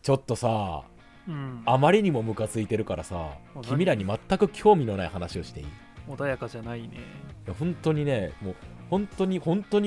ちょっとさ、 うん、 あまりにもムカついてるからさ、君らに全く興味のない話をしていい？ 穏やかじゃないね。 いや本当にね、もう本当に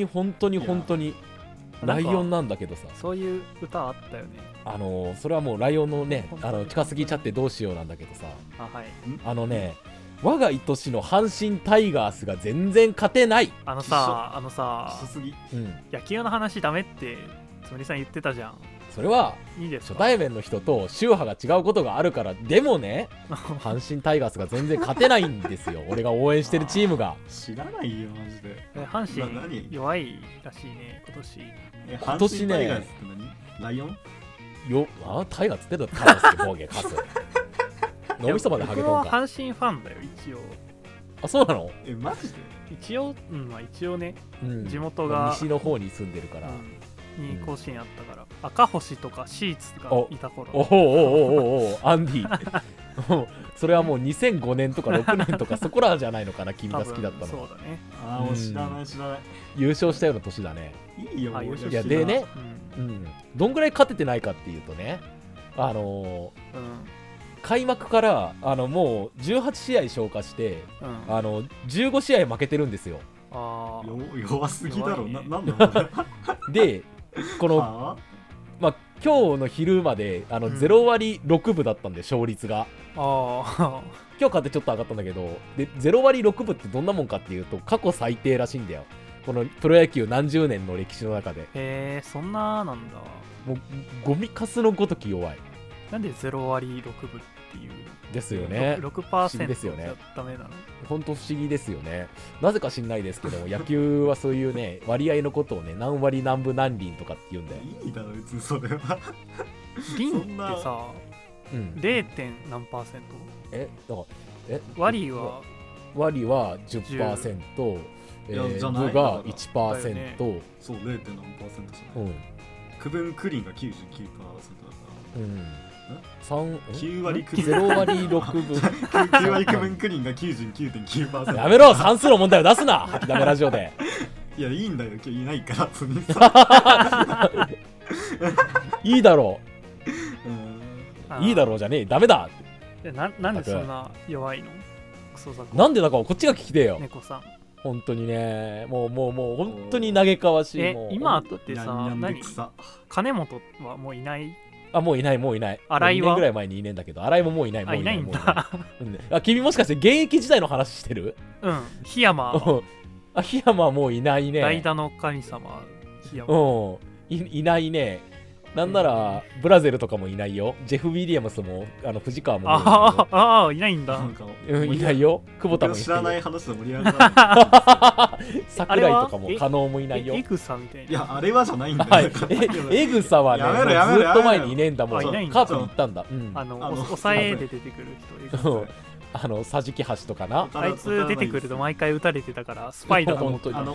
ライオンなんだけどさ、 そういう歌あったよね。 それはもうライオンのね、近すぎちゃってどうしようなんだけどさ、 はい、 我が愛しの阪神タイガースが全然勝てない。 さすぎ、 野球の話ダメってつむりさん言ってたじゃん。 それはいいですか？ 初対面の人と宗派が違うことがあるから。でもね阪神タイガースが全然勝てないんですよ俺が応援してるチームが。 知らないよマジで。 阪神弱いらしいね今年。 今年ね、 タイガースって何？ライオンタイガーつってたらタイガースってボーゲカス脳みそまでハゲとんか。 僕は阪神ファンだよ一応。 あ、そうなの？ マジで？ 一応ね、地元がが西の方に住んでるから、 に甲子園あったから、赤星とかシーツがいた頃。 おアンディそれはもう2005年とか6年とかそこらじゃないのかな君が好きだったの。 そうだね。 もう知らない。 優勝したような年だね。 いいよ。 いやでね、どんぐらい勝ててないかっていうとね、開幕からもう18試合消化して、15試合負けてるんですよ。 弱すぎだろ。なんだでこの今日の昼まで0割6分だったんで勝率が。今日勝ってちょっと上がったんだけど、で0割6分ってどんなもんかっていうと過去最低らしいんだよ、このプロ野球何十年の歴史の中で。 そんななんだ。 もうゴミカスのごとき弱い。 なんで0割6分っていうですよね。 6% ですよね。 じゃダメなの？ 本当不思議ですよね。なぜか知んないですけども野球はそういうね割合のことをね何割何分何厘とかって言うんだよ。 いいだろ別にそれは。 厘ってさ、0. 何%？ だから割は 10%、部が 1%、 そう 0. 何%じゃない。区分クリーンが 99% だから9割区分 0割6分 9割区分クリーンが 99.9%。 やめろ、算数の問題を出すなダメラジオで。 いやいいんだよ今日いないからいいだろう、いいだろうじゃねえ、ダメだ。 なんでそんな弱いの？クソザコ。 なんでだかこっちが聞きてえよ猫さん。 本当にね、もう本当に嘆かわしい。 今ってさ、金本はもういない？ もういない。 新井は 2年ぐらい前にいねえんだけど、新井ももういない。 いないんだ。 君もしかして現役時代の話してる？ 檜山。 檜山はもういないね。 代打の神様檜山。 いないね。なんならブラゼルとかもいないよ。ジェフ・ウィリアムスも藤川もいないんだ。 いないよ。久保田もいない。 知らない話で盛り上がらない。 桜井とかも加納もいないよ。 エグサみたいな。 いやあれはじゃないんだよ。 エグサはねずっと前にいねえんだもん。カープに行ったんだ。 抑えで出てくる人。 桟敷橋とかな。 あいつ出てくると毎回撃たれてたからスパイだと思ってたんだよ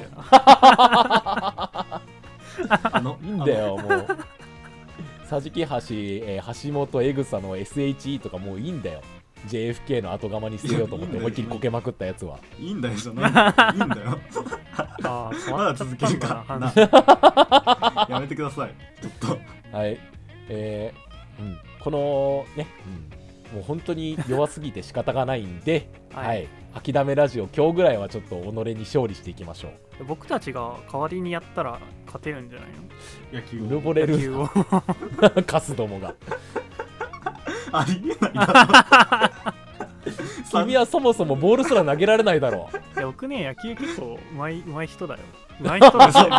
な。いいんだよもう。桟敷橋、橋本エグサの SHE とかもういいんだよ。 JFK の後釜に捨てようと思って思いっきりこけまくったやつは。 いいんだよじゃないいいんだよ。まだ続けるかな。やめてくださいちょっと。 はいこのね、もう本当に弱すぎて仕方がないんで吐きだめラジオ今日ぐらいはちょっと己に勝利していきましょう。 僕たちが代わりにやったら勝てるんじゃないの？ 野球うぬぼれるカスどもが。 ありえないだろ。 君はそもそもボールすら投げられないだろう。 いや僕ね野球結構うまい人だよ。うまい人だよ。 だ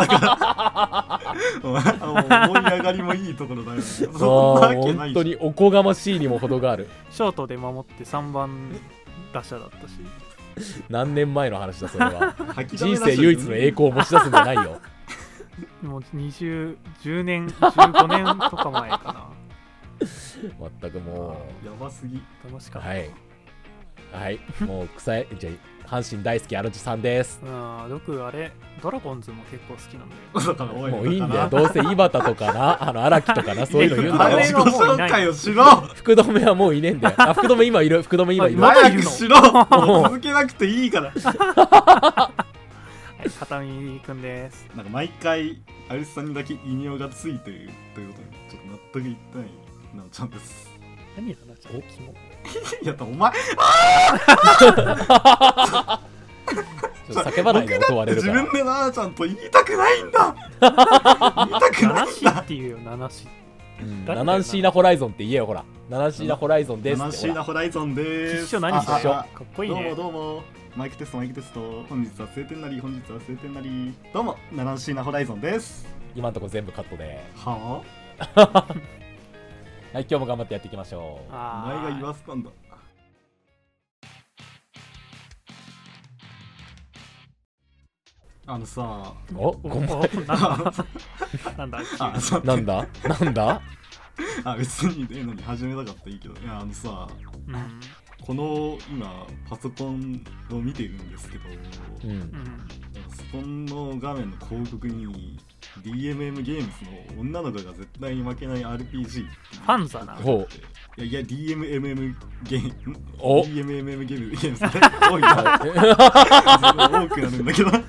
から盛り上がりもいいところだよ。 本当におこがましいにも程がある。 ショートで守って3番打者だったし。 何年前の話だそれは。人生唯一の栄光を持ち出すんじゃないよ。 もう10年15年とか前かな。 全くもうやばすぎ。 楽しかった。 はいもう臭い。じゃあ阪神大好きアルチさんです。 僕ドラゴンズも結構好きなんだよ。 もういいんだよ。どうせ井端とかな荒木とかなそういうの言うんだよ。 自己紹介をしろ。 福留はもういねえんだよ。福留今いる。福留今いる。 早くしろ。続けなくていいから。 片見くんです。 なんか毎回アルチさんにだけ異名がついてるということにちょっと納得いってない。 なおちゃんです。 何やなちゃんキモやったお前叫ばないで問われるから。 自分でななちゃんと言いたくないんだ言いたくないんだ。 ナナシって言うよナナシ。 ナナンシーナホライゾンって言えよほら。ナナンシーナホライゾンですって。 ナナンシーナホライゾンです。 一緒何一緒かっこいいね。 どうもマイクテスト本日は晴天なりどうもナナンシーナホライゾンです。 今んとこ全部カットで。 はあはい、今日も頑張ってやっていきましょう。 お前が言わすかんだ。さお、ごめんなんだなんだ別にのに始めたかったらいいけど、いやさ、この今パソコンを見ているんですけど、パソコンの画面の広告に DMM ゲームズの女の子が絶対に負けない RPG ファンザな。 いや DMMM ゲームお DMMM ゲームズ多いな多くなるんだけど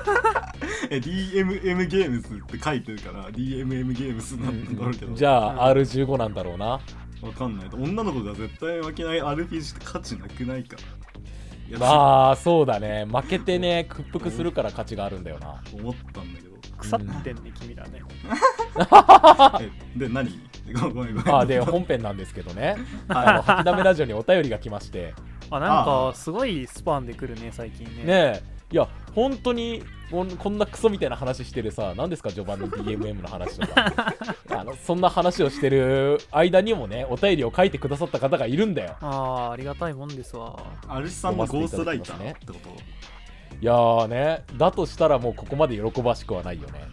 DMM ゲームズって書いてるから DMM ゲームズなんだろうけど、 じゃあ R15 なんだろうな。 わかんない。女の子が絶対負けない RPG って価値なくないか。 まあそうだね、負けてね屈服するから価値があるんだよな。 思ったんだけど腐ってんね、君らね。 で何ごめんで本編なんですけどね吐きだめラジオにお便りが来まして、 なんかすごいスパンで来るね最近ね。 ねえ、いや本当にこんなクソみたいな話してるさ、何ですか序盤の DMM の話とかそんな話をしてる間にもねお便りを書いてくださった方がいるんだよ。 ありがたいもんですわ。 アルシさんのゴーストライターってこと？ いやーね、だとしたらもうここまで喜ばしくはないよね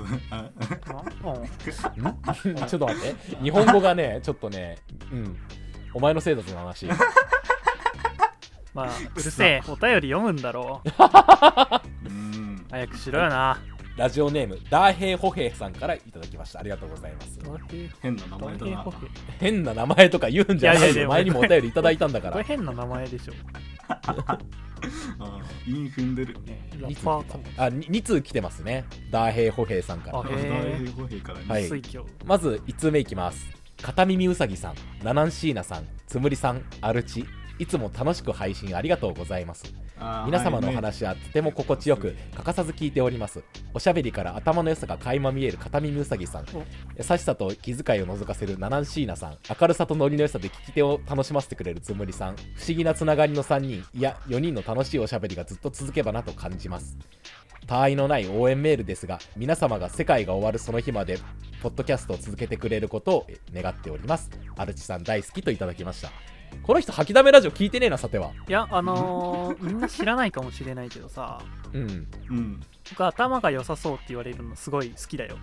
ちょっと待って、日本語がねちょっとね、お前のせいだぞの話まあうるせえ、お便り読むんだろう早くしろよな。 ラジオネームダーヘイホヘイさんからいただきました。ありがとうございます。 変な名前だな。 変な名前とか言うんじゃないよ。前にもお便りいただいたんだから。 これ変な名前でしょ韻踏んでる。 2通来てますね。ダーヘイホヘイさんから。 ダーヘイホヘイからはい。まず1通目いきます。片耳うさぎさん、ナナンシーナさん、つむりさん、アルチ、いつも楽しく配信ありがとうございます。皆様のお話はとても心地よく欠かさず聞いております。おしゃべりから頭の良さが垣間見える片耳うさぎさん、優しさと気遣いを覗かせるナナンシーナさん、明るさとノリの良さで聞き手を楽しませてくれるつむりさん、不思議なつながりの3人、いや4人の楽しいおしゃべりがずっと続けばなと感じます。他愛のない応援メールですが、皆様が世界が終わるその日までポッドキャストを続けてくれることを願っております。アルチさん大好きといただきました。この人吐きだめラジオ聞いてねえな、さては。 いやみんな知らないかもしれないけどさ、僕頭が良さそうって言われるのすごい好きだよ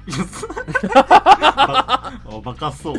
バカそう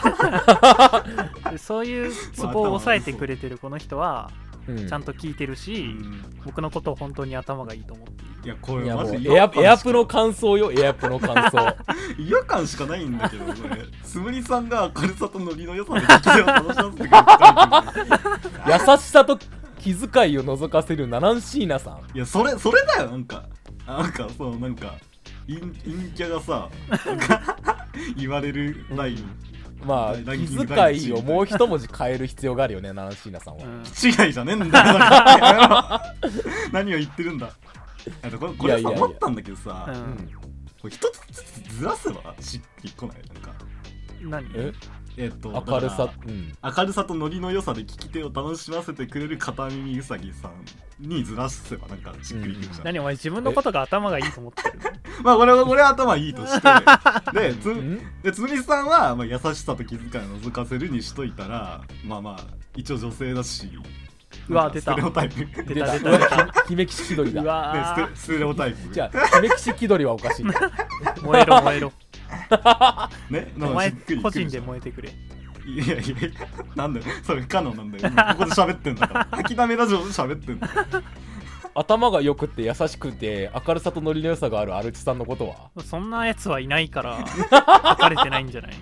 そういうツボを抑えてくれてるこの人はちゃんと聞いてるし、僕のことを本当に頭がいいと思っている。 いやこれマジエアプの感想よ、エアプの感想違和感しかないんだけど、これつむりさんが明るさとノリの良さで聞き手を楽しませてくれる優しさと気遣いを覗かせるナナンシーナさん。 いやそれだよ。なんかそうなんか陰キャがさ言われるライン、 まあ気遣いをもう一文字変える必要があるよね、ナナンシーナさんは。 違いじゃねえんだよ何を言ってるんだ。これさ思ったんだけどさ、これ一つずつずらせばしっくりこない。なんか何？ 明るさ、 明るさとノリの良さで聞き手を楽しませてくれる片耳うさぎさんにずらせばなんかしっくりくるじゃん。 何お前自分のことが頭がいいと思ってるまあこれは頭いいとしてでつむりさんはまあ優しさと気遣いを覗かせるにしといたら、まあ一応女性だし、 うわ出たステレオタイプ出た姫騎士気取りだ。 うわステレオタイプ。 じゃあ姫騎士気取りはおかしい燃えろね、 お前個人で燃えてくれ。 いやなんだよそれ不可能なんだよ。ここで喋ってんだから吐きだめラジオで喋ってんだ頭が良くて優しくて明るさとノリの良さがあるアルチさんのことはそんなやつはいないから書かれてないんじゃない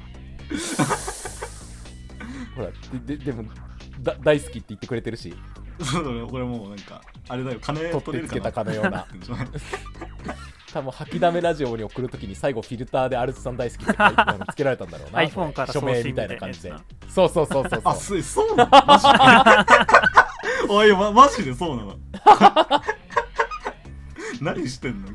ほらでも大好きって言ってくれてるしこれもうなんかあれだよ、金取ってつけたかのような多分吐きだめラジオに送るときに最後フィルターでアルツさん大好きってつけられたんだろうな。 iPhone から署名みたいな感じで。そうそうそうそう。 あ、そうなの？マジでおい、マジでそうなの？何してんの？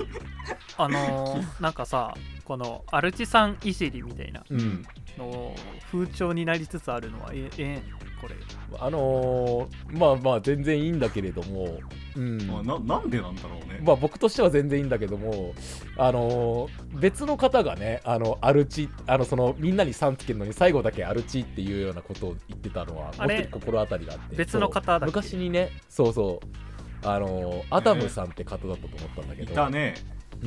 なんかさ、このアルチさんいじりみたいなの風潮になりつつあるのはこれまあ全然いいんだけれども、 なんでなんだろうね。 まあ僕としては全然いいんだけども、別の方がね、アルチそのみんなに3つけるのに最後だけアルチっていうようなことを言ってたのはもう一人心当たりがあって、 別の方だっけ？ 昔にね、そうアダムさんって方だったと思ったんだけど、 いたね。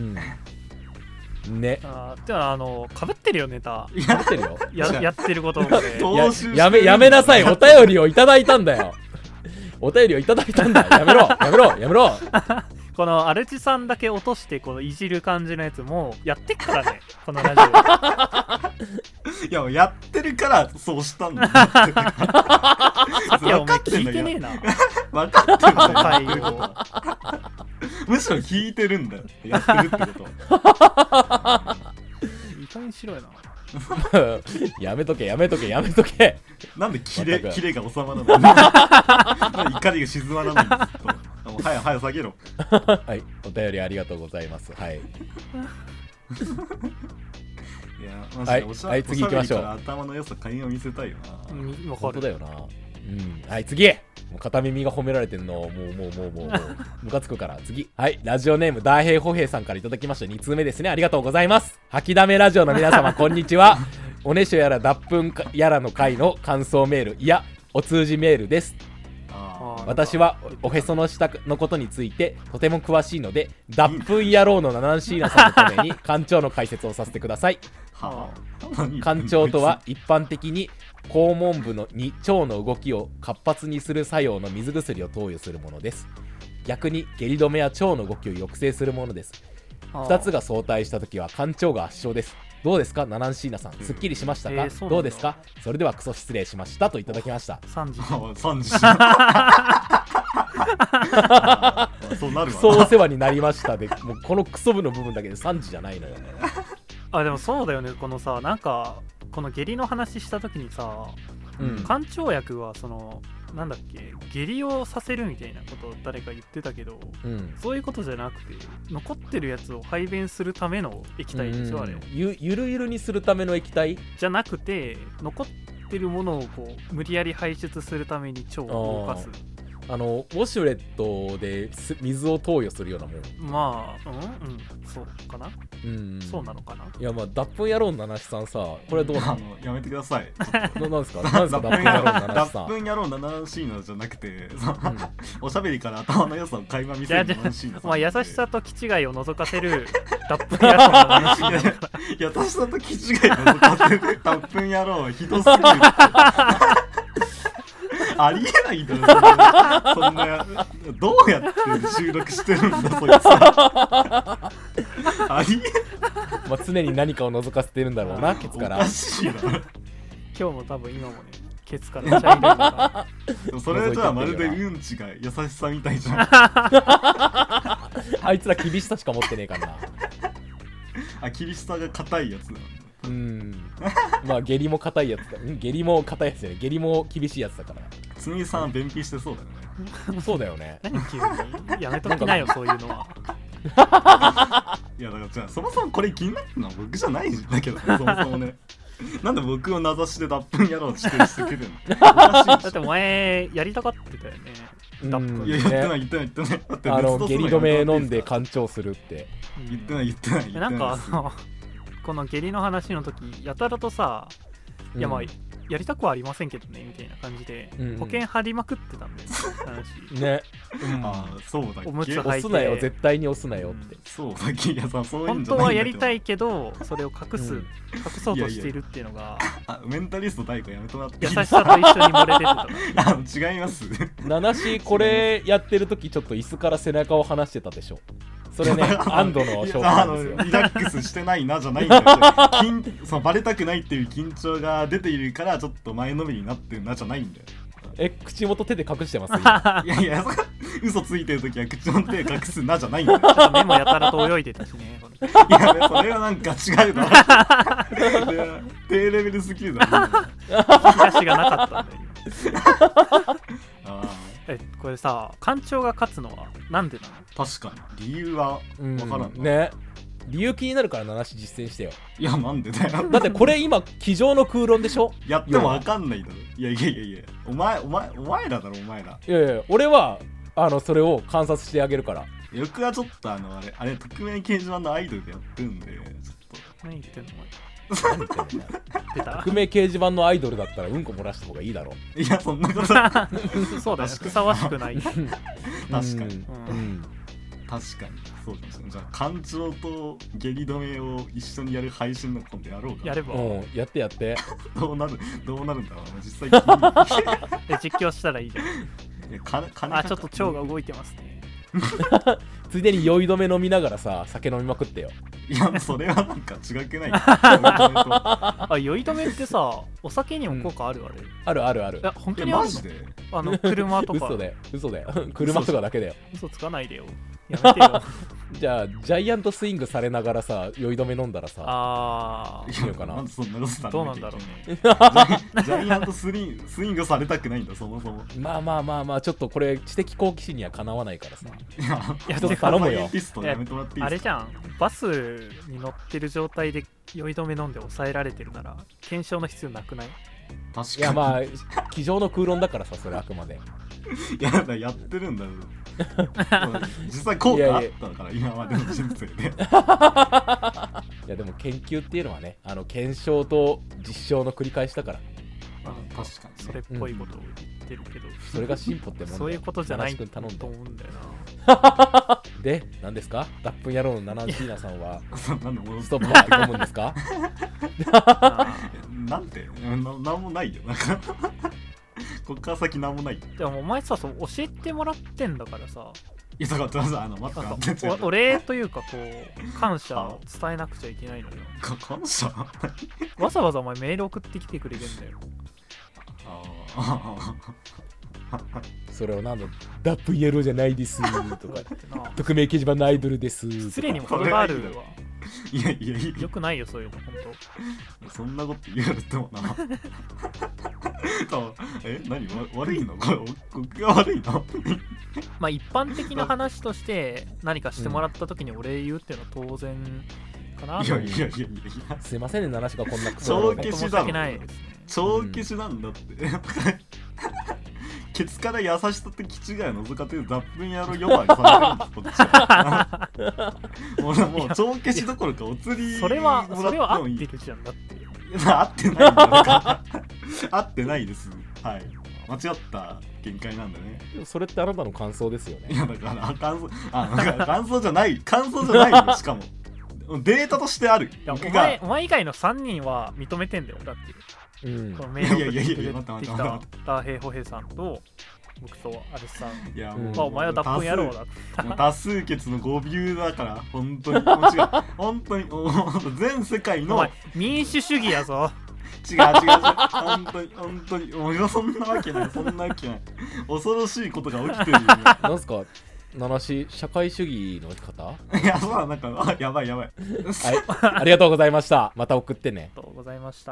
ね。 じゃあかぶってるよネタ。 かぶってるよ。 やってることもね。 やめなさい。お便りをいただいたんだよ。お便りをいただいたんだ。やめろ。 このアルチさんだけ落としてこのいじる感じのやつもやってっからね、このラジオ。いや、やってるからそうしたんだよ。 さっきはお前聞いてねえな。 分かってるんだよ。むしろ聞いてるんだよ。やってるってことは。 いい加減しろよな。 やめとけ。 なんでキレが収まらない。なんで怒りが静まらないんですと。早下げろ。 はい、お便りありがとうございます。はい。 いや、マジではい、次行きましょう。 頭の良さ、会話見せたいよな。 本当だよな。はい、次。もう片耳が褒められてんの、もうムカつくから。次。はい、ラジオネーム大平歩兵さんからいただきました。2通目ですね。ありがとうございます。吐きだめラジオの皆様、こんにちは。おねしょやら脱粉やらの回の感想メール、いやお通じメールです。私はおへその下のことについてとても詳しいので、脱粉野郎のナナンシーナさんのために館長の解説をさせてください。館長とは一般的に肛門部に腸の動きを活発にする作用の水薬を投与するものです。逆に下痢止めや腸の動きを抑制するものです。2つが相対したときは館長が圧勝です。どうですかナナンシーナさん、すっきりしましたか？どうですか？それではクソ失礼しましたといただきました。 3時そうなるわ。 クソお世話になりましたで、もうこのクソ部の部分だけで3時じゃないのよ。 でもそうだよね。このさ、なんかこの下痢の話した時にさ、肝腸薬はそのなんだっけ、下痢をさせるみたいなことを誰か言ってたけど、そういうことじゃなくて残ってるやつを排便するための液体でしょ、あれ。ゆるゆるにするための液体じゃなくて、残ってるものをこう無理やり排出するために腸を動かす。 ウォシュレットで水を投与するようなもん。 まあそうかな。そうなのかな。 いや、まあ脱粉野郎の七七さんさ、これどうなの？ やめてください。 なんですか脱粉野郎の七七さん。 脱粉野郎の七七のじゃなくて、おしゃべりから頭の良さを垣間見せる七七さん。 まあ優しさと気違いを除かせる脱粉野郎の七七。 優しさと気違いを除かせる脱粉野郎はひどすぎる。ありえないんだよ、そんなどうやって収録してるんだそいつは。ありえまあ常に何かを覗かせてるんだろうな、ケツから。 おかしいな。 今日も多分今もね、ケツから茶色いのが。 それじゃあまるでうんちが優しさみたいじゃん。 あいつら厳しさしか持ってねえからな。 あ、厳しさが硬いやつなんだ。 まあ下痢も硬いやつだ。下痢も硬いやつだよね。下痢も厳しいやつだから。 つみさんは便秘してそうだよね。 そうだよね。 何急にやめときなよそういうのは。 いやだからじゃあそもそもこれ気になってるのは僕じゃないんだけど、そもそもね。なんで僕を名指しで脱粉やろうとしてくれるの？ だってお前やりたがってたよね。脱粉。 いや言ってない。だって下痢止め飲んで干潮するって。 言ってない。 なんかこの下痢の話の時やたらとさ、いやまあやりたくはありませんけどねみたいな感じで保険貼りまくってたんだよ話ね。 ああそうだっけ。 おむつ履いて押すなよ、絶対に押すなよって。 そうだっけ。いやさ、そういうんじ本当ゃないんだけど。 はやりたいけどそれを隠そうとしているっていうのが。 メンタリスト大悟やめてもらって優しさと一緒に漏れ出てた。違います。 ナナシこれやってる時ちょっと椅子から背中を離してたでしょ。それね、安堵の証拠なんですよ。 リラックスしてないなじゃないんだよ。そのバレたくないっていう緊張が出ているからちょっと前のめりになってるなじゃないんだよ。 口元手で隠してますいやいや、嘘ついてるときは口元手隠すなじゃないんだよ。 目もやたらと泳いでたしね。 いや、それはなんか違うだろ。低レベルすぎるだろ。 引き出しがなかったんだよ。これさ、艦長が勝つのはなんでなの？ 確かに理由は分からんね。理由気になるから7し実践してよ。 いや、なんでだよ。 だってこれ今机上の空論でしょ。 やっても分かんないだろ。いやいやいやいや、お前らだろ、お前ら。 いやいや、俺はそれを観察してあげるから。 僕はちょっとあれ匿名掲示板のアイドルでやってるんで、ちょっと何言ってんの何言ってんの匿名掲示板のアイドルだったらうんこ漏らした方がいいだろ。 いや、そんなことそうだよ、ふさわしくない。 確かに、確かにそうかもしれない。じゃあ艦長と下痢止めを一緒にやる配信の今度やろうか。 やればやってどうなるんだろうな、実際実況したらいいじゃん。ちょっと腸が動いてますね。 ついでに酔い止め飲みながらさ、酒飲みまくってよ。 いや、それはなんか違くない？ 酔い止めってさ、お酒にも効果ある？ある。 ある。 いや、本当にあるの？車とか。 嘘だよ。車とかだけだよ。 嘘つかないでよ。やめてよ。 じゃあジャイアントスイングされながらさ、酔い止め飲んだらさ、いいのかな。 なんでそんなことどうなんだろうね。 ジャイアントスイングされたくないんだ、そもそも。 まあちょっとこれ知的好奇心にはかなわないからさ。 いや、 ちょっと頼むよ。 あれじゃん、バスに乗ってる状態で酔い止め飲んで抑えられてるなら検証の必要なくない？ 確かに。 いや、まあ机上の空論だからさ、それあくまで。 いや、やってるんだよ。実際効果あったから、今までの人生で。いや、でも研究っていうのはね、検証と実証の繰り返しだから。 確かにそれっぽいことを言ってるけど、 それが進歩ってもんだよ。 そういうことじゃないと思うんだよな。で、何ですか？脱粉野郎のナナンティーナさんはストップ持って込むんですか？ なんてなんもないよ。なんかこっから先なんもない。 でもお前さ、教えてもらってんだからさ。 いや、だからさ、待って、 お礼というか、こう感謝を伝えなくちゃいけないのよ。 感謝？ わざわざお前メール送ってきてくれるんだよ。 それをなんだ、脱粉野郎じゃないですとか、匿名掲示板のアイドルですとか。 失礼にも程があるわ。 いやよくないよ、そういうの、本当。そんなこと言われてもな。何悪いの？僕が悪いの？ まあ一般的な話として何かしてもらった時にお礼言うっていうのは当然かな。 いやすいませんね、7しがこんな帳消しだろ。 ないですね。 帳消しなんだって。ケツから優しさと気違いを除かって脱粉野郎呼ばわりされてるんです、こっちは。俺もう帳消しどころかお釣りそれは合ってるじゃん。だって合ってないんだ。合ってないです。はい、間違った見解なんだね。 それってあなたの感想ですよね。 いや、だから感想じゃないよ。しかもデータとしてある。 お前以外の3人は認めてんだよ。だってこのメールを送ってくれてきたダーヘイホヘイさんと僕とアレスさん。 いや、 お前は脱粉野郎だった。 多数決の語尾だから、本当に本当に全世界の民主主義やぞ。 違う本当に俺はそんなわけない。恐ろしいことが起きてるよ。 なんすか七し社会主義の方？ いや、そうだ、なんかやばい。はい、 ありがとうございました。また送ってね。 ありがとうございました。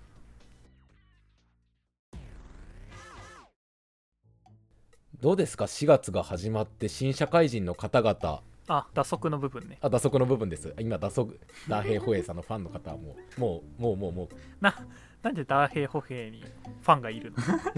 どうですか、4月が始まって新社会人の方々。 打足の部分ね。 打足の部分です。今ダーヘイホエイさんのファンの方はもうなんでダーヘイホヘイにファンがいるの？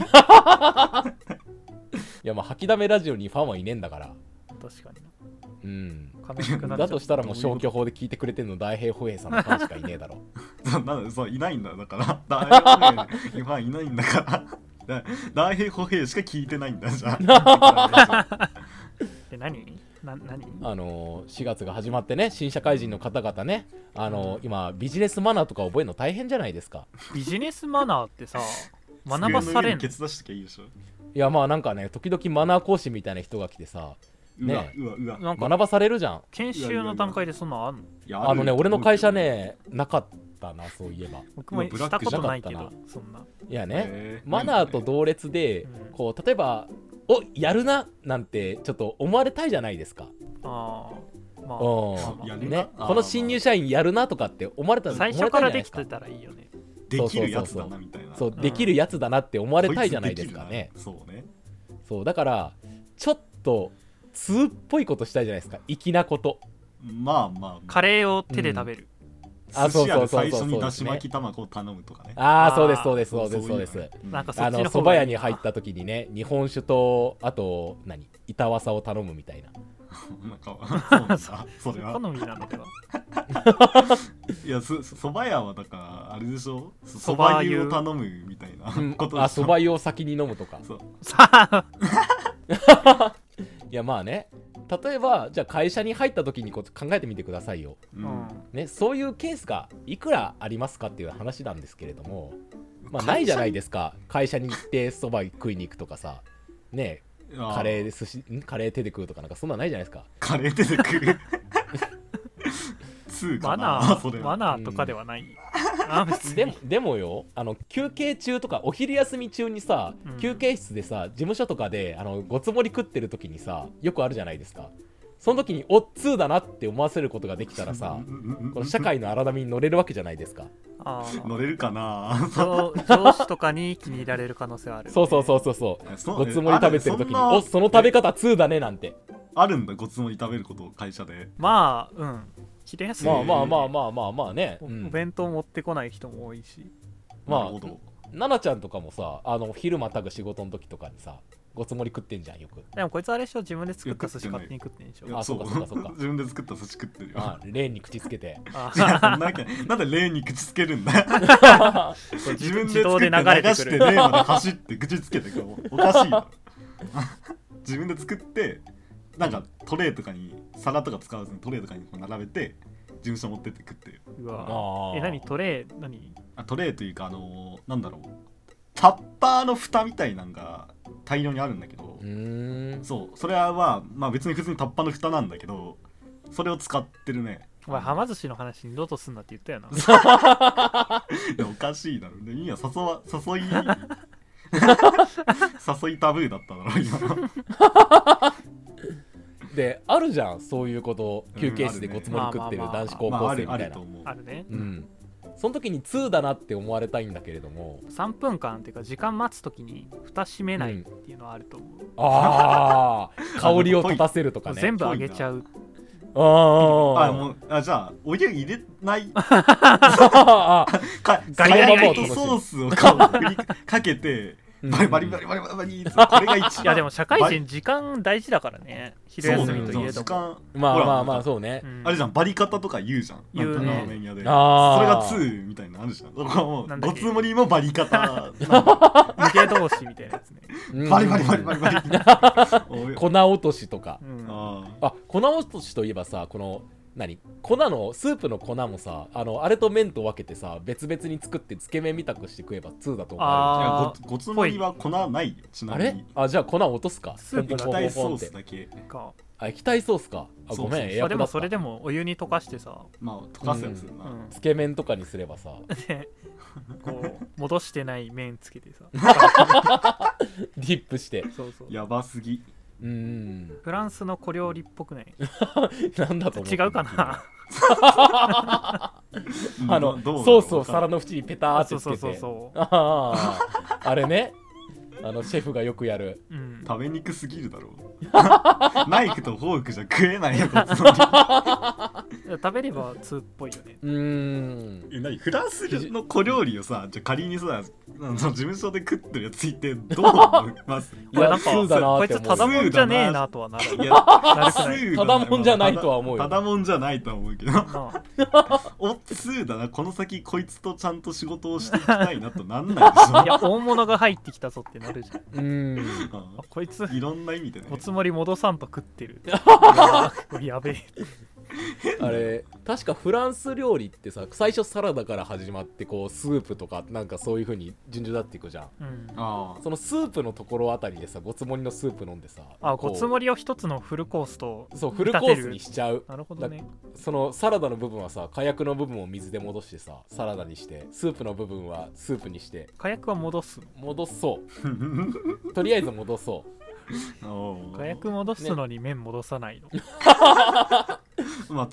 いや、まあ吐きだめラジオにファンはいねえんだから。 確かにな。 悲しくなっちゃう。 だとしたらもう消去法で聞いてくれてるのダーヘイホエイさんのファンしかいねえだろ。 そういないんだ。だからダーヘイホヘイにファンいないんだから。ダーヘイホヘイしか聞いてないんだじゃあ。 何 4月が始まってね、新社会人の方々ね、今ビジネスマナーとか覚えるの大変じゃないですか。 ビジネスマナーってさ、学ばされんの？ いや、まあなんかね、時々マナー講師みたいな人が来てさ、ね、 なんか学ばされるじゃん。 研修の段階でそんなのあんの？ 俺の会社ねなかっったな、そういえば。 僕もしたことないけど、そんな。 いやね、マナーと同列で、こう例えばおやるななんてちょっと思われたいじゃないですか。 ああ、まあね、この新入社員やるなとかって思われた最初からできてたらいいよね。 できるやつだなみたいな。 そう、できるやつだなって思われたいじゃないですかね。 そうね。 そうだからちょっと通っぽいことしたいじゃないですか、粋なこと。 まあカレーを手で食べる。 寿司屋で最初にだし巻き卵を頼むとかね。 ああ、そうですそうですそうですそうです。 なんかそっちの蕎麦屋に入った時にね、日本酒とあと板わさを頼むみたいな。 なんかそれは好みなのでは。 いや、蕎麦屋はだからあれでしょ、蕎麦湯を頼むみたいなことでしょ。 蕎麦湯を先に飲むとか。 そういやまあね、例えばじゃあ会社に入った時にこう考えてみてくださいよ、ね、そういうケースがいくらありますかっていう話なんですけれども、まあないじゃないですか。会社に行って蕎麦食いに行くとかさね、カレー手で食うとかなんかそんなないじゃないですか。 カレー手で食うマナーとかではない、 でもよ、休憩中とかお昼休み中にさ、休憩室でさ、事務所とかでごつ盛り食ってる時にさ、よくあるじゃないですか。その時におっつーだなって思わせることができたらさこの社会の荒波に乗れるわけじゃないですか。 乗れるかな。 上司とかに気に入られる可能性はある、ね、 そうごつ盛り食べてる時におその食べ方通だねなんてあるんだ。ごつ盛り食べること会社で。 まあ昼休みまあね、 お弁当持ってこない人も多いし、 まあ奈々ちゃんとかもさ昼またぐ仕事の時とかにさごつ盛り食ってんじゃんよく。 でもこいつあれでしょ、自分で作った寿司勝手に食ってんでしょ。 あ、そうか自分で作った寿司食ってるよ。 レーンに口つけてなんでレーンに口つけるんだ自分で作って流してレーンまで走って口つけておかしいだろ自分で作ってなんかトレーとかに皿とか使わずにトレーとかに並べて事務所持ってって食ってる。 うわ、何トレー、 トレーというかなんだろう、タッパーの蓋みたいなのが大量にあるんだけど、そうそれはまあ別に普通にタッパーの蓋なんだけど、それを使ってるね。 お前はま寿司の話二度とすんなって言ったよなおかしいだろうね。いいや、誘いタブーだっただろ今であるじゃん、そういうこと。休憩室でごつ盛り食ってる男子高校生みたいな。 あるね。 その時に2だなって思われたいんだけれども、 3分間っていうか時間待つ時に蓋閉めないっていうのはあると思う。 ああ香りを立たせるとかね。 全部あげちゃう。 じゃあお湯入れないガリガリガリソースを振りかけてバリバリバリバリバリこれが一番。 いやでも社会人時間大事だからね。昼休みといえども。 まあそうね。 あれじゃん、バリ方とか言うじゃん。 言うね。 ラーメン屋で。それが2みたいなのあるじゃん。ごつ盛りもバリ方。 逃げ同士みたいなやつね。 バリバリバリバリバリ。 粉落としとか。粉落としといえばさ、この粉のスープの粉もさ、あれと麺と分けてさ別々に作ってつけ麺みたくして食えば2だと思う。 ごつ盛りは粉ないよ。ちなみにあれじゃあ粉落とすか。 スープ液体ソースだけか。 液体ソースか。ごめん、エアコンだった。 でもそれでもお湯に溶かしてさ、 溶かすやつな。 つけ麺とかにすればさこう戻してない麺つけてさディップして。 やばすぎ。 フランスの小料理っぽくないなんだと思う。 違うかなソースを皿の縁にペターってつけて。あれね、シェフがよくやる。 食べにくすぎるだろうナイフとフォークじゃ食えないよ食べれば2っぽいよね。 フランスの小料理をさ、じゃ仮にさ事務所で食ってるやついてどう思います？ いやなんかこいつただもんじゃねえなとはなる。 ただもんじゃないとは思うよ。 ただもんじゃないとは思うけどおっ2だな、この先こいつとちゃんと仕事をしていきたいなとなんないでしょ。 いや大物が入ってきたぞってなるじゃん。こいついろんな意味でね、 おつもり戻さんと食ってるやべえあれ確かフランス料理ってさ、最初サラダから始まってこうスープとかなんかそういう風に順序立っていくじゃん、そのスープのところあたりでさ、ごつ盛りのスープ飲んでさ、 ごつ盛りを一つのフルコースとそうフルコースにしちゃう。 なるほどね。 そのサラダの部分はさ、火薬の部分を水で戻してさサラダにして、スープの部分はスープにして。 火薬は戻そうとりあえず戻そう火薬戻すのに麺戻さないの、ねまあ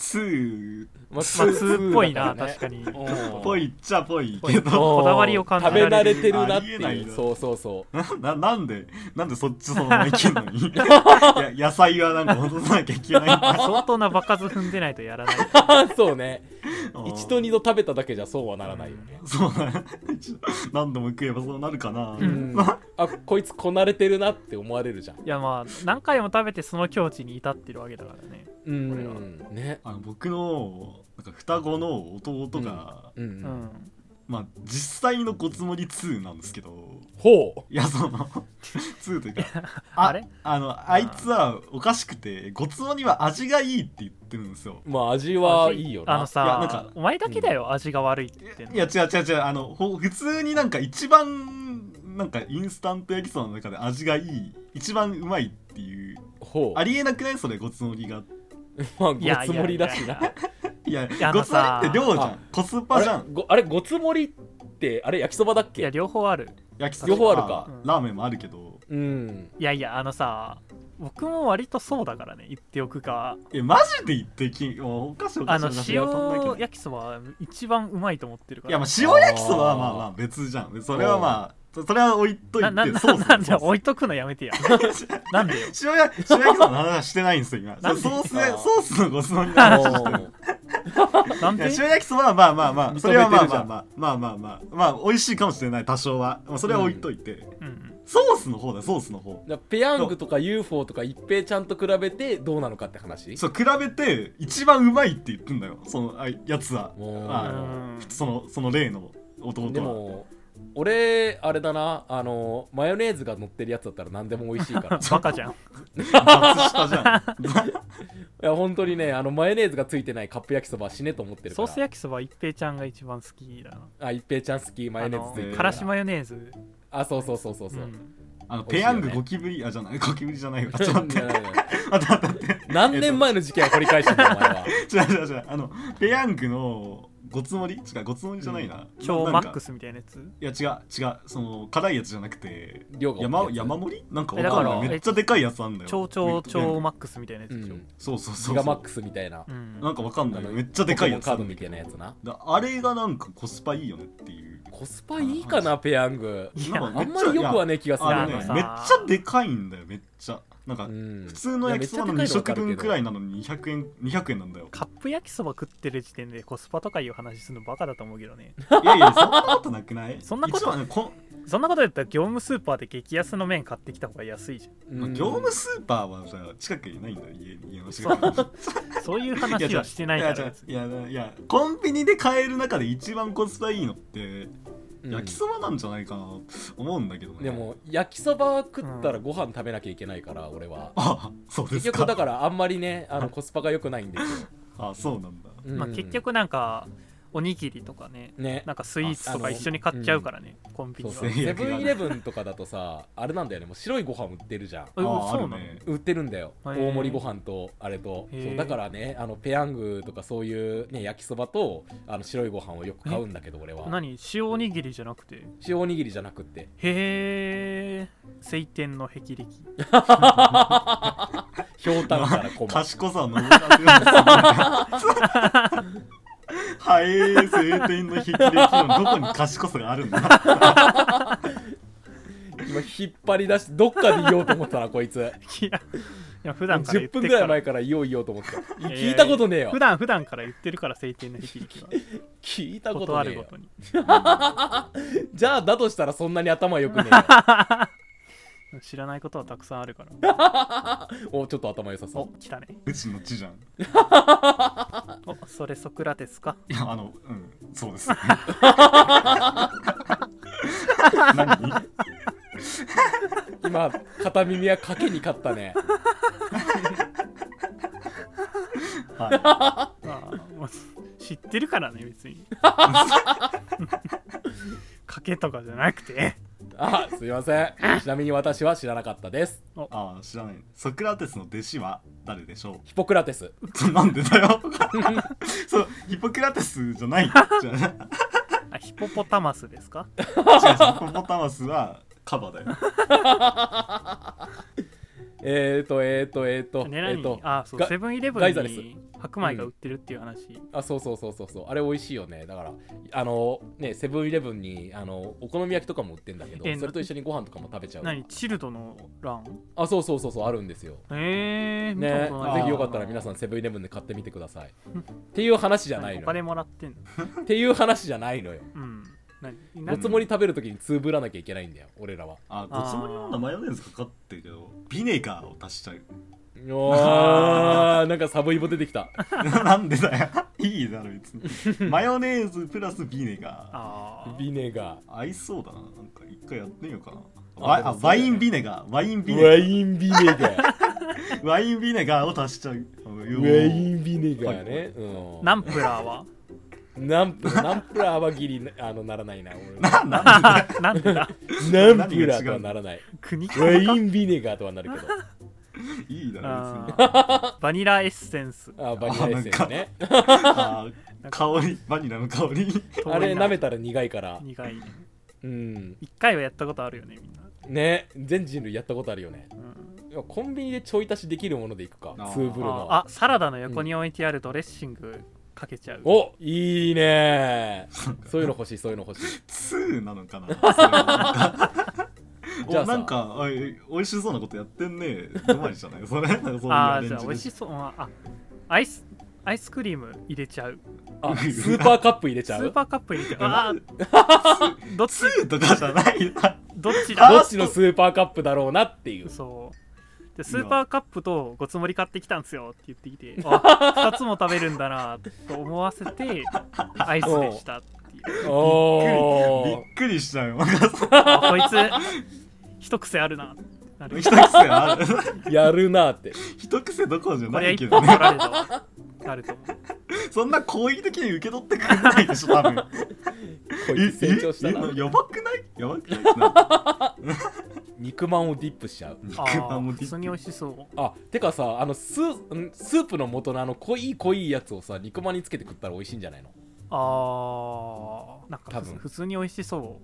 2 っぽいな、確かにぽいっちゃぽいけど、 こだわりを感じられる。 食べ慣れてるなっていう。そうなんでそっちそのままいけんのに野菜はなんか戻さなきゃいけない相当な場数踏んでないとやらないそうね、一度二度食べただけじゃそうはならないよね。 そうだ何度も食えばそうなるかな、 あ、こいつこなれてるなって思われるじゃん。 いやまあ何回も食べてその境地に至ってるわけだからね。 ね、 僕のなんか双子の弟が、まあ実際のごつ盛り2なんですけど、いやその2というかあいつはおかしくて、ごつ盛りは味がいいって言ってるんですよ。 まあ味はいいよな。 なんかお前だけだよ、味が悪いって言ってんの。 いや違う普通になんか一番なんかインスタント焼きそばの中で味がいい、一番うまいっていう、ありえなくないそれ、ごつ盛りが。 まあごつ盛りだしな。 いやごつ盛りって量じゃん、コスパじゃん。 あれごつ盛りってあれ焼きそばだっけ？ いや両方ある。 両方あるか。 ラーメンもあるけど。 いや僕も割とそうだからね、言っておくか。 マジで言っておかしい。 塩焼きそばは一番うまいと思ってるから。 いやまあ塩焼きそばはまあ別じゃん。それはまあそれは置いといて。なんで置いとくのやめてや。なんでよ。 塩焼きそばの話してないんですよ今。ソースのごつ盛りの話してる。塩焼きそばはまあそれはまあ美味しいかもしれない、多少は。それは置いといて。ソースの方。 ペヤングとか UFO とか一平ちゃんと比べてどうなのかって話。 そう比べて一番うまいって言ってんだよ、そのやつは。その例の弟は。 でも俺あれだな、マヨネーズが乗ってるやつだったら何でも美味しいからバカじゃん下じゃんいや本当にね、マヨネーズがついてないカップ焼きそばは死ねと思ってるから。 ソース焼きそば一平ちゃんが一番好きだな。 一平ちゃん好き、マヨネーズついてるからしマヨネーズ。 そう、 ペヤングゴキブリじゃないわ。ちょっと待って何年前の事件を掘り返したんだお前は。 違うペヤングのごつ盛りごつ盛りじゃないな、 超マックスみたいなやつ。 いや違うその辛いやつじゃなくて山盛りなんかわかんない、めっちゃでかいやつあんだよ。 超マックスみたいなやつでしょ。 そうギガマックスみたいな、 なんかわかんない、めっちゃでかいやつカードみたいなやつな。 あれがなんかコスパいいよねっていう。 コスパいいかなペヤング。あんまりよくはね気がするね。 めっちゃでかいんだよ、めっちゃ。なんか普通の焼きそばの2食分くらいなのに200円なんだよ。 カップ焼きそば食ってる時点でコスパとかいう話するのバカだと思うけどね。 いやそんなことなくない？ そんなこと言ったら業務スーパーで激安の麺買ってきた方が安いじゃん。 業務スーパーはじゃあ近くにないんだよ、家の近くに。 そういう話はしてないから。 いやコンビニで買える中で一番コスパいいのって焼きそばなんじゃないかなと思うんだけどね。 でも焼きそば食ったらご飯食べなきゃいけないから俺は。 そうですか。 結局だからあんまりねコスパが良くないんですよ。 そうなんだ。 結局なんかおにぎりとかね、なんかスイーツとか一緒に買っちゃうからね、コンビニは。 セブンイレブンとかだとさあれなんだよね、もう白いご飯売ってるじゃん。 そうなの？ 売ってるんだよ、大盛りご飯とあれと。そうだからねペヤングとかそういうね焼きそばと白いご飯をよく買うんだけど俺は。 何？塩おにぎりじゃなくて？ 塩おにぎりじゃなくて。 へえ、青天の霹靂ひょうたんからこま賢さを伸ばせるは晴天の霹靂のどこに賢さがあるんだ今引っ張り出してどっかで言おうと思ったなこいつ。 いや普段から言ってるから。10 分ぐらい前から言おうと思って聞いたことねえよ。 普段から言ってるから晴天の霹靂は聞いたことねえよ。 ことあるごとにじゃあだとしたらそんなに頭良くねえよ知らないことはたくさんあるからおちょっと頭良さそう。 来たね。 うちの地じゃんそれソクラテスか？ いやそうです何今片耳は賭けに勝ったねはい、知ってるからね別に賭けとかじゃなくてすいません。ちなみに私は知らなかったです。 知らない。ソクラテスの弟子は誰でしょう？ ヒポクラテス。 なんでだよそう、ヒポクラテスじゃないじゃヒポポタマスですか？ 違う、ヒポポタマスはカバだよそうセブンイレブンに白米が売ってるっていう話、 そうあれ美味しいよね。だからね、セブンイレブンにお好み焼きとかも売ってんだけど、それと一緒にご飯とかも食べちゃう。 チルドの欄？ そうあるんですよ。 ね、 ぜひよかったら皆さんセブンイレブンで買ってみてくださいっていう話じゃないのよ。 お金もらってんのっていう話じゃないのよ。 ごつもり食べるときにつぶらなきゃいけないんだよ、俺らは。 ごつもりのマヨネーズかかってるけどビネガーを足しちゃう。 なんかサブイボ出てきたなんでだよいいだろ別にマヨネーズプラスビネガー。 ビネガー合いそうだな。なんか一回やってみようかな。ワインビネガー。ワインビネガーを足しちゃう。 ワインビネガーね。 ナンプラーはナンプラーはギリならないな。 なんでだナンプラーとはならない。ワインビネガーとはなるけどいいだろ別に。バニラエッセンス。 バニラエッセンスね。 香り、バニラの香り。 あれ舐めたら苦いから。 苦いね。 一回はやったことあるよねみんな。 ね、全人類やったことあるよね。コンビニでちょい足しできるものでいくか。ツーブルの。 サラダの横に置いてあるドレッシングかけちゃう。 いいねそういうの欲しい。 2なのかなじゃあなんか美味しそうなことやってんね。うまいじゃないそれ。じゃあ美味しそう。アイスクリーム入れちゃう。 スーパーカップ入れちゃう。 どっちとかじゃないどっちのスーパーカップだろうなっていう。 そうでスーパーカップとごつもり買ってきたんすよって言ってきて2つも食べるんだなと思わせてアイスでしたっていう。 びっくりしちゃうよ。 こいつ一癖あるな。 一癖あるやるなって。 一癖どころじゃないけどね。 あると思う。 そんな好意的に受け取ってくれないでしょ多分。 こいつ成長したな。 やばくない？ 肉まんをディップしちゃう。 肉まんもディップ。 普通に美味しそう。 てかさ、スープの素の濃いやつをさ、肉まんにつけて食ったら美味しいんじゃないの？ なんか普通に美味しそう。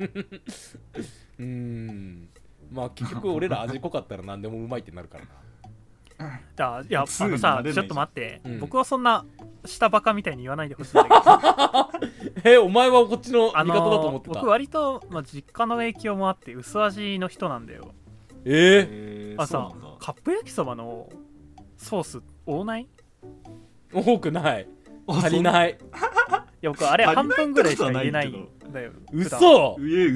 まあ結局俺ら味濃かったら何でもうまいってなるからな。 いやさちょっと待って、僕はそんな下バカみたいに言わないでほしいんだけどお前はこっちの味方だと思ってた。 僕割と、実家の影響もあって薄味の人なんだよ。カップ焼きそばのソース多ない？ 多くない。足りない。 いや僕あれ半分ぐらいしか入れないんだよ。 嘘。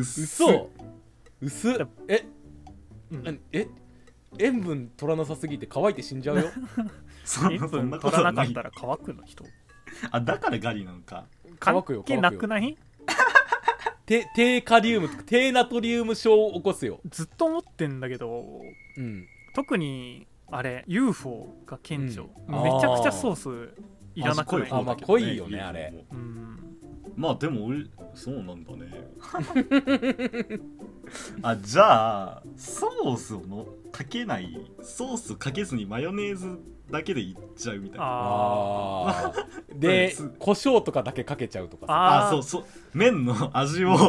塩分取らなさすぎて乾いて死んじゃうよ。 塩分取らなかったら乾くの人。 だからガリなのか。 関係なくない？ 低カリウム、低ナトリウム症を起こすよ。 ずっと思ってんだけど、特にあれ UFO が顕著。めちゃくちゃソースいらなくない？ 濃いよねあれ。 まあでもそうなんだね。じゃあソースをかけない、ソースかけずにマヨネーズだけでいっちゃうみたいな。 で胡椒とかだけかけちゃうとかそう麺の味を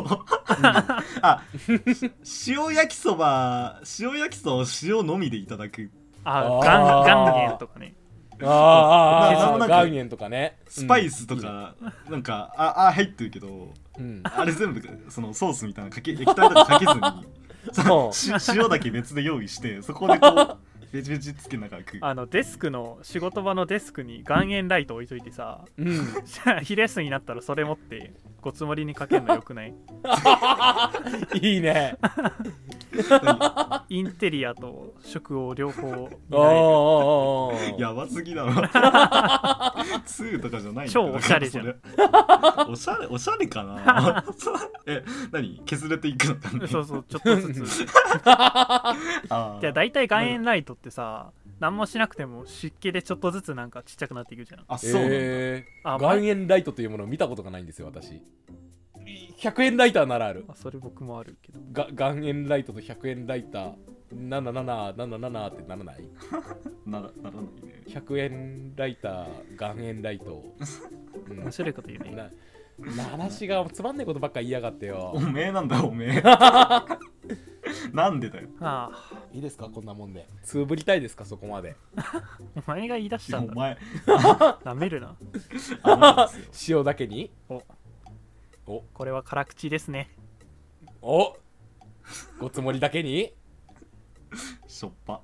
塩焼きそばを塩のみでいただく。 岩塩とかね。 岩塩とかね。 スパイスとかなんか入ってるけど、あれ全部そのソースみたいな液体とかかけずに塩だけ別で用意して、そこでこうベチベチつけながら食う。 デスクの仕事場のデスクに岩塩ライト置いといてさ、昼休みになったらそれ持ってごつもりにかけるのよくない？ いいね。 インテリアと食を両方見られる。 やばすぎだろ。2とかじゃないんだ。 超おしゃれじゃん。 おしゃれかな。何削れていくのかね。 そうちょっとずつ。じゃあ大体岩塩ライトってさ、 何もしなくても湿気でちょっとずつなんかちっちゃくなっていくじゃん。 あ、そうなんだ。 岩塩ライトというものを見たことがないんですよ私。100円ライターならある。 それ僕もあるけど。 岩塩ライトと100円ライター7777ってならないならないね。 100円ライター岩塩ライト、 面白いこと言うね。 話がつまんないことばっか言いやがってよ。 おめえなんだおめえ。なんでだよ。 いいですかこんなもんで。つぶりたいですかそこまで。 お前が言い出したんだ。 お前なめるな。 塩だけに。 これは辛口ですね。 ごつもりだけに。 しょっぱ。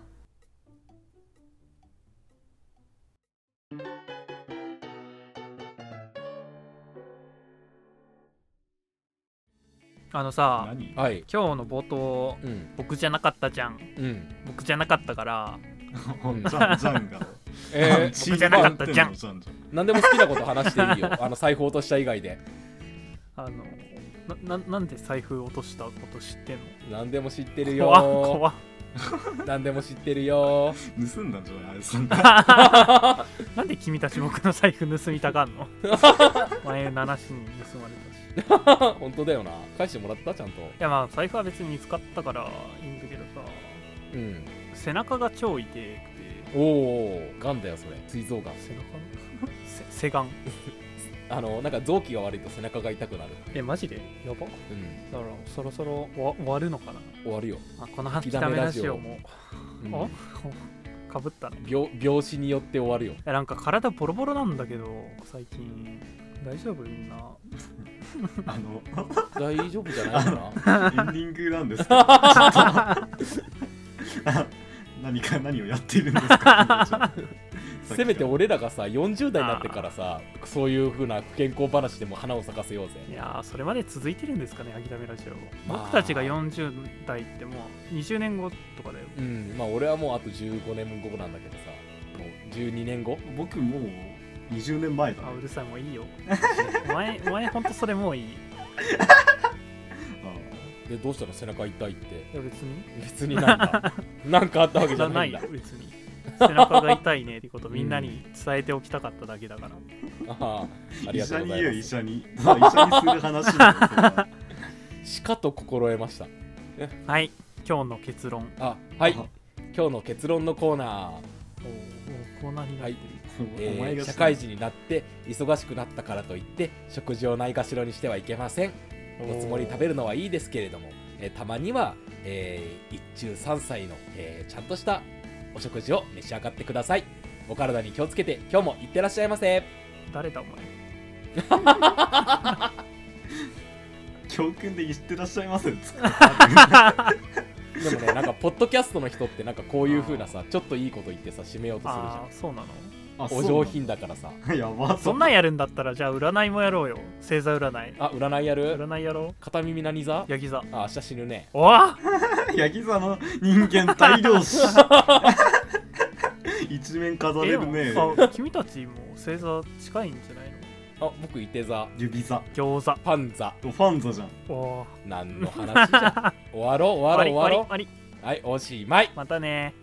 はい、今日の冒頭、僕じゃなかったじゃん、僕じゃなかったからジャンが僕じゃなかったじゃん。 何でも好きなこと話していいよ。財布落とした以外で。 なんで財布落としたこと知ってんの？ 何でも知ってるよ。 怖っ。 何でも知ってるよ。 盗んだんじゃないあれそんな。 なんで君たち僕の財布盗みたがんの？前7市に盗まれたし。 本当だよな。返してもらったちゃんと。いやまあ財布は別に見つかったからいいんだけどさ、背中が超痛くて。 おお、ガンだよそれ。膵臓がん。 背がん。 なんか臓器が悪いと背中が痛くなる。 マジでやば。だからそろそろ終わるのかな。 終わるよ。 この吐きだめラジオもかぶったね。 病死によって終わるよ。 なんか体ボロボロなんだけど最近。大丈夫みんな。 大丈夫じゃないかな。エンディングなんですけど。何をやってるんですか。 せめて俺らがさ40代になってからさそういう風な不健康話でも花を咲かせようぜ。 いやそれまで続いてるんですかね諦めラジオ。僕たちが40代ってもう20年後とかだよ。 まあ俺はもうあと15年後なんだけどさ、もう12年後。 僕もう20年前だ、ね。 うるさいもういいよ。お前ほんとそれもういい。 でどうしたの背中痛いって。 いや別になんかなんかあったわけじゃないんだ。 別に背中が痛いねってことみんなに伝えておきたかっただけだから。 ありがとうございます。 医者にする話だよ。 しかと心得ました。 はい、今日の結論。 はい、今日の結論のコーナー。 コーナーになってる。社会人になって忙しくなったからといって食事をないがしろにしてはいけません。おつもり食べるのはいいですけれども、たまには、一中3歳の、ちゃんとしたお食事を召し上がってください。お体に気をつけて今日もいってらっしゃいませ。 誰だお前。 教訓で言ってらっしゃいませ。でもねなんかポッドキャストの人ってなんかこういう風なさちょっといいこと言ってさ締めようとするじゃん。 そうなの。 お上品だからさ。 やば。 そんなんやるんだったらじゃあ占いもやろうよ。星座占い。 占いやる。 占いやろう。 片耳何座？ ヤギ座。 明日死ぬね。 おわヤギ座の人間大量死。一面飾れるね。 君たちも星座近いんじゃないの？ 僕いて座。 指座。 餃子。 パン座。 ファン座じゃん。 何の話じゃん。終わろう。はい、おしまい。 またね。